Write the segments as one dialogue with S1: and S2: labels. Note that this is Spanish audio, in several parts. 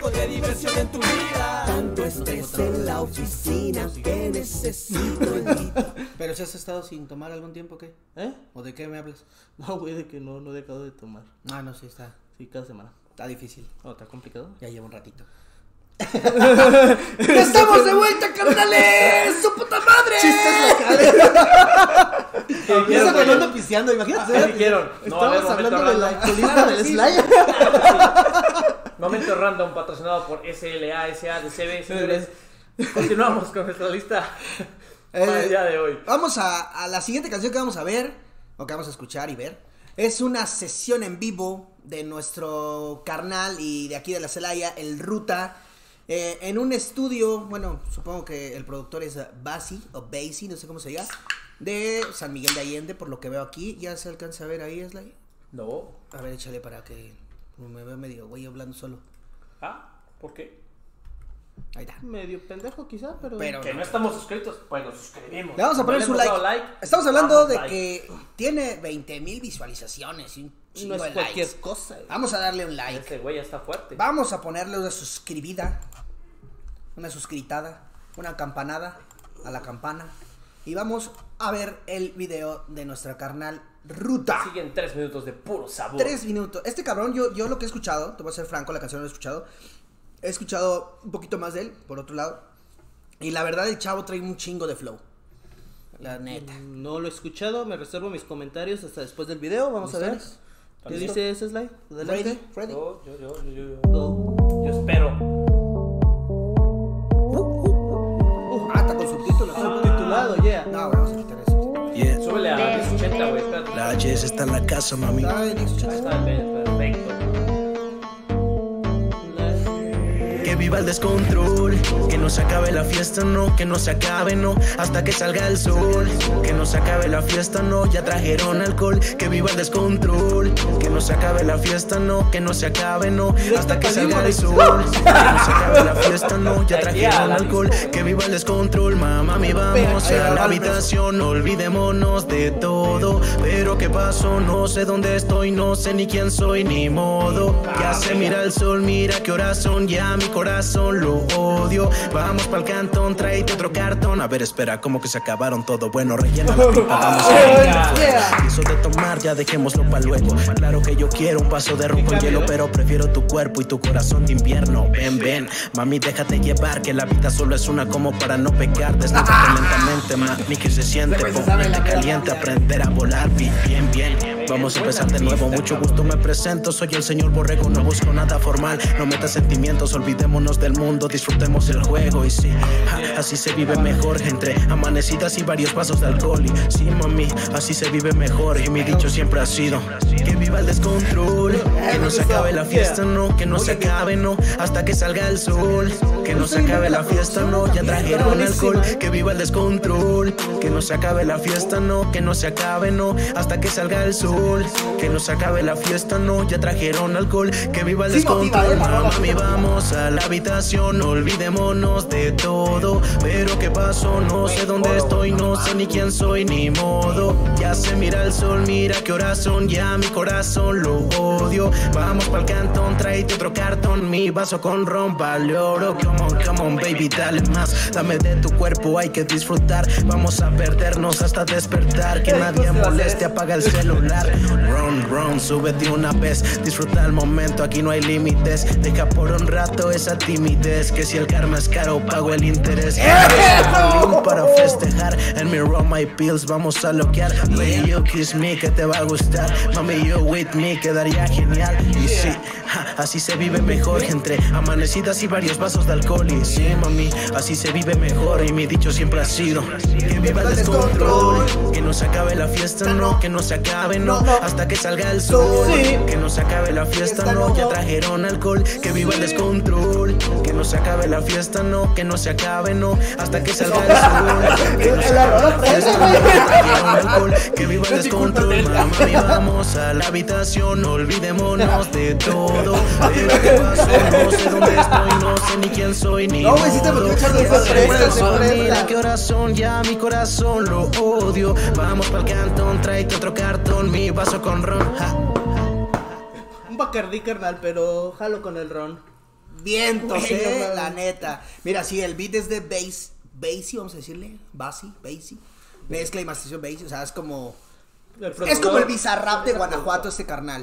S1: poco de diversión en tu vida. Tanto estrés en la oficina que necesito el día.
S2: Pero si has estado sin tomar algún tiempo, ¿qué? ¿O de qué me hablas?
S3: No, güey, de que no he dejado de tomar.
S2: Ah, no, sí está.
S3: Sí, cada semana.
S2: Está difícil.
S3: Oh, ¿está complicado?
S2: Ya llevo un ratito. ¡Ya estamos de vuelta, carnales! ¡Su puta madre! ¡Chistes locales! Ya se hablando pisteando, imagínate.
S4: ¿Qué dijeron?
S3: Estamos hablando de la colina del Slayer.
S4: Momento random patrocinado por SLA, SA, DCB, señores. Continuamos con nuestra lista para el día de hoy.
S2: Vamos a la siguiente canción que vamos a ver, o que vamos a escuchar y ver. Es una sesión en vivo de nuestro carnal y de aquí de la Celaya, el Ruta. En un estudio, bueno, supongo que el productor es Basi o Basie, no sé cómo se llama, de San Miguel de Allende, por lo que veo aquí. ¿Ya se alcanza a ver ahí, Slay?
S4: No.
S2: A ver, échale para que me veo medio güey hablando solo.
S4: Ah, ¿por qué?
S2: Ahí está.
S3: Medio pendejo quizá, pero
S4: Que no estamos suscritos, pues nos suscribimos.
S2: Le vamos a poner
S4: No
S2: su
S4: le hemos
S2: like.
S4: dado like.
S2: Estamos hablando
S4: Vamos,
S2: de
S4: like.
S2: que tiene 20,000 visualizaciones y un chingo
S3: no
S2: de
S3: es cualquier
S2: likes.
S3: cosa.
S2: Vamos a darle un like.
S4: Ese güey ya está fuerte.
S2: Vamos a ponerle una suscribida, una suscritada, una campanada a la campana. Y vamos a ver el video de nuestra carnal Ruta.
S4: Siguen 3 minutos de puro sabor.
S2: 3 minutos. Este cabrón, yo lo que he escuchado, te voy a ser franco, la canción no la he escuchado. He escuchado un poquito más de él, por otro lado. Y la verdad, el chavo trae un chingo de flow. La neta.
S3: No lo he escuchado, me reservo mis comentarios hasta después del video. Vamos a ver.
S2: ¿Listos?
S3: ¿Qué dice ese Slay? Adelante.
S2: Freddy.
S4: Yo
S3: Go.
S4: espero.
S2: Está con subtítulos.
S3: Está subtitulado, yeah.
S2: No, vamos a quitar eso.
S5: Yeah.
S4: Súbele a 1080, güey, espérate.
S5: La Jess está en la casa, mami.
S2: Está bien,
S4: Ahí está bien, perfecto.
S5: Que viva el descontrol, que no se acabe la fiesta, no, que no se acabe, no, hasta que salga el sol. Que no se acabe la fiesta, no, ya trajeron alcohol. Que viva el descontrol, que no se acabe la fiesta, no, que no se acabe, no, hasta que salga el sol. Que no se acabe la fiesta, no, ya trajeron alcohol. Que viva el descontrol, mamá, mi vamos a la habitación, olvidémonos de todo. Pero qué pasó, no sé dónde estoy, no sé ni quién soy, ni modo. Ya se mira el sol, mira qué horas son, ya mi corazón lo odio. Vamos pa'l cantón, tráete otro cartón. A ver, espera, como que se acabaron todo. Bueno, rellena la pipa, vamos a ver. Eso de tomar, ya dejémoslo pa' luego. Claro que yo quiero un vaso de ron con hielo, pero prefiero tu cuerpo y tu corazón de invierno. Ven, ven, mami, déjate llevar, que la vida solo es una como para no pecar. Desnúdate lentamente, mami, que se siente. Ponte caliente, aprender a volar. Bien, bien, vamos a empezar de nuevo. Mucho gusto, me presento, soy el señor Borrego. No busco nada formal, no metas sentimientos, olvidémonos del mundo, disfrutemos el juego. Y sí, así se vive mejor, entre amanecidas y varios vasos de alcohol. Y sí, mami, así se vive mejor. Y mi dicho siempre ha sido que viva el descontrol, que no se acabe la fiesta, no, que no se acabe, no, hasta que salga el sol. Que no se acabe la fiesta, no, ya trajeron alcohol. Que viva el descontrol, que no se acabe la fiesta, no, que no se acabe, no, hasta que salga el sol. Que no se acabe la fiesta, no, ya trajeron alcohol. Que viva el descontrol, mami, vamos a la habitación, olvidémonos de todo. Pero qué pasó, no sé dónde estoy, no sé ni quién soy, ni modo. Ya se mira el sol, mira qué horas son, ya mi corazón lo odio. Vamos pa'l cantón, tráete otro cartón, mi vaso con ron vale oro. Come on, baby, dale más, dame de tu cuerpo, hay que disfrutar. Vamos a perdernos hasta despertar, que nadie moleste, apaga el celular. Ron, súbete una vez, disfruta el momento, aquí no hay límites. Deja por un rato esa timidez, que si el karma es caro, pago el interés. Para festejar, en mi rum my pills, vamos a loquear. Baby, you kiss me, que te va a gustar. Mami, you with me, quedaría genial. Y sí, así se vive mejor, entre amanecidas y varios vasos de alcohol. Y sí, mami, así se vive mejor. Y mi dicho siempre ha sido que viva el descontrol, que no se acabe la fiesta, no, que no se acabe, no, hasta que salga el sol. Que no se acabe la fiesta, no, ya trajeron alcohol. Que viva el descontrol, que no se acabe la fiesta, no, que no se acabe, no, hasta que salga el sol. Que no se acabe la fiesta, no, ya trajeron alcohol. Que viva el descontrol, mami, vamos a la habitación, olvidémonos de todo. Pero qué pasó, no sé dónde estoy, no sé ni quién soy, ni modo. Mira qué horas son, ya mi corazón lo odio. Vamos pa'l cantón, tráete otro cartón, mi vaso con ron.
S3: Un Bacardí, carnal, pero jalo con el ron.
S2: vientos,
S3: Güey, no mames.
S2: la neta. Mira, sí, el beat es de Bassy, vamos a decirle, Bassy. Mezcla y masterización Bassy, o sea, es como el Bizarrap de Guanajuato este carnal.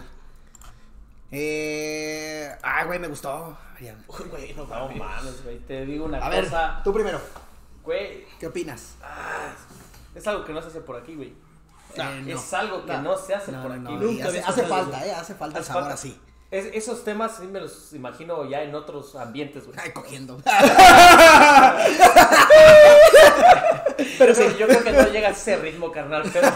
S2: Güey, me gustó.
S3: Güey, no
S4: No
S3: mames.
S4: mames, güey. Te digo una
S2: A ver,
S4: cosa.
S2: tú primero,
S4: Güey,
S2: ¿qué opinas?
S4: es algo que no se hace por aquí, güey.
S2: No.
S4: Es algo que no se hace por aquí,
S2: no,
S4: güey.
S2: y
S3: Nunca había
S2: hace
S3: escuchado
S2: falta,
S3: eso.
S2: hace falta el
S4: Hace
S2: sabor
S4: falta.
S2: así.
S4: Esos temas sí me los imagino ya en otros ambientes, güey.
S2: Ay, cogiendo.
S4: Pero sí, yo creo que no llega a ese ritmo, carnal, pero...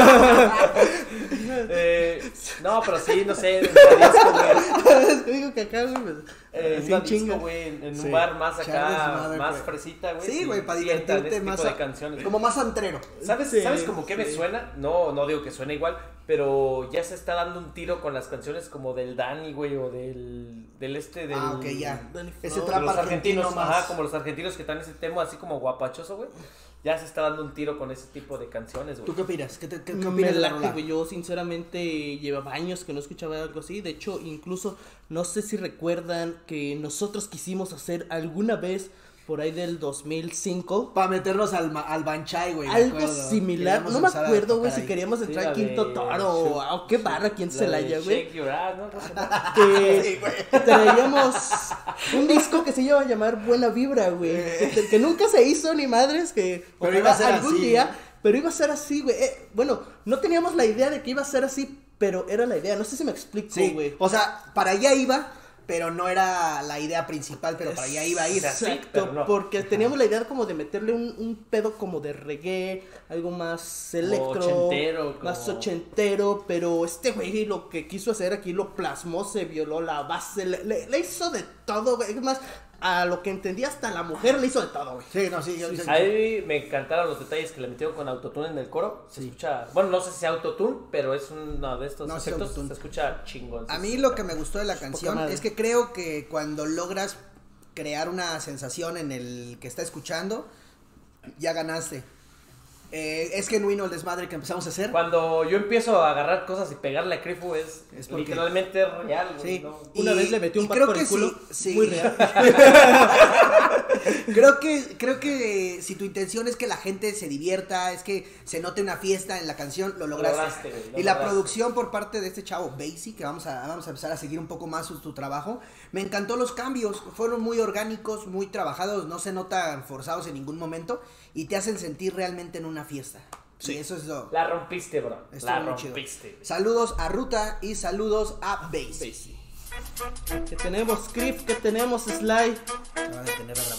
S4: no, pero sí, no sé, en una disco, güey.
S3: Digo que acá, güey.
S4: En
S3: Sí,
S4: una
S3: chinga.
S4: disco, güey, en
S2: Sí.
S4: un bar más
S2: Echar
S4: acá,
S2: desmadre,
S4: más
S2: güey.
S4: fresita, güey.
S2: Sí, güey, para
S4: sientan
S2: divertirte
S4: ese
S2: más.
S4: tipo de canciones.
S2: Como más antrero.
S4: ¿Sabes,
S3: Sí,
S4: ¿sabes como qué me
S3: sí.
S4: suena? No digo que suene igual, pero ya se está dando un tiro con las canciones como del Dani, güey, o del
S2: Ok, ya.
S3: Dani
S2: Ese
S3: Flow.
S4: de
S2: trap
S4: los
S2: argentino
S4: argentinos,
S2: más.
S4: ajá, como los argentinos que están en ese tema así como guapachoso, güey. Ya se está dando un tiro con ese tipo de canciones, güey.
S2: ¿Tú qué opinas? ¿Qué
S3: Me
S2: opinas de la
S3: late,
S2: rola?
S3: güey. Yo sinceramente llevaba años que no escuchaba algo así. De hecho, incluso no sé si recuerdan que nosotros quisimos hacer alguna vez por ahí del 2005
S2: Para meternos al Banchay, güey. me
S3: algo
S2: acuerdo.
S3: similar.
S2: Queríamos
S3: No me
S2: empezar a
S3: acuerdo, güey,
S2: tocar
S3: si
S2: ahí.
S3: queríamos
S4: Sí,
S3: entrar
S4: la
S3: a Quinto
S4: de-
S3: Toro o qué barra aquí en
S4: La de
S3: Celaya, güey.
S4: Shake Your Ass, ¿no?
S3: Que traíamos un disco que se iba a llamar Buena Vibra, güey. Que nunca se hizo ni madres, que
S2: Pero
S3: ojalá
S2: iba a ser
S3: algún
S2: así,
S3: día,
S2: ¿no?
S3: pero iba a ser así, güey. Bueno, no teníamos la idea de que iba a ser así, pero era la idea. No sé si me explico,
S2: Sí,
S3: güey.
S2: o sea, para allá iba, pero no era la idea principal, pero para allá iba a ir.
S4: Sí,
S3: Exacto,
S4: pero no.
S3: porque teníamos la idea como de meterle un pedo como de reggae, algo más electro,
S4: ochentero, como-
S3: más ochentero, pero este güey lo que quiso hacer aquí lo plasmó, se violó la base, le hizo de todo, güey. Es más, a lo que entendí hasta la mujer le hizo de todo, güey.
S2: Sí, no, sí.
S4: Ahí me encantaron los detalles que le metieron con autotune en el coro. Se escucha, bueno, no sé si autotune, pero es uno de estos
S2: No, sí,
S4: efectos.
S2: autotune.
S4: Se escucha chingón.
S2: A mí lo que me gustó de la canción
S3: madre.
S2: es que creo que cuando logras crear una sensación en el que está escuchando, ya ganaste. Es genuino el desmadre que empezamos a hacer.
S4: Cuando yo empiezo a agarrar cosas y pegarle a Crifu es
S2: porque-
S4: literalmente real, güey.
S2: Sí.
S4: ¿no?
S3: Una vez le metí un
S2: y
S3: pat
S2: creo
S3: por
S2: que
S3: el culo,
S2: sí,
S3: muy real.
S2: creo que si tu intención es que la gente se divierta, es que se note una fiesta en la canción, lo lograste.
S4: lograste, güey, lo
S2: Y la
S4: lograste.
S2: producción por parte de este chavo Bassy, que vamos a empezar a seguir un poco más su trabajo, me encantó los cambios, fueron muy orgánicos, muy trabajados, no se notan forzados en ningún momento y te hacen sentir realmente en una fiesta. Sí, eso es lo.
S4: La rompiste, bro.
S2: estuvo
S4: La
S2: muy chido.
S4: rompiste.
S2: Saludos a Ruta y saludos a Bassy.
S3: Que tenemos Script, que tenemos Sly.
S2: Se va a detener la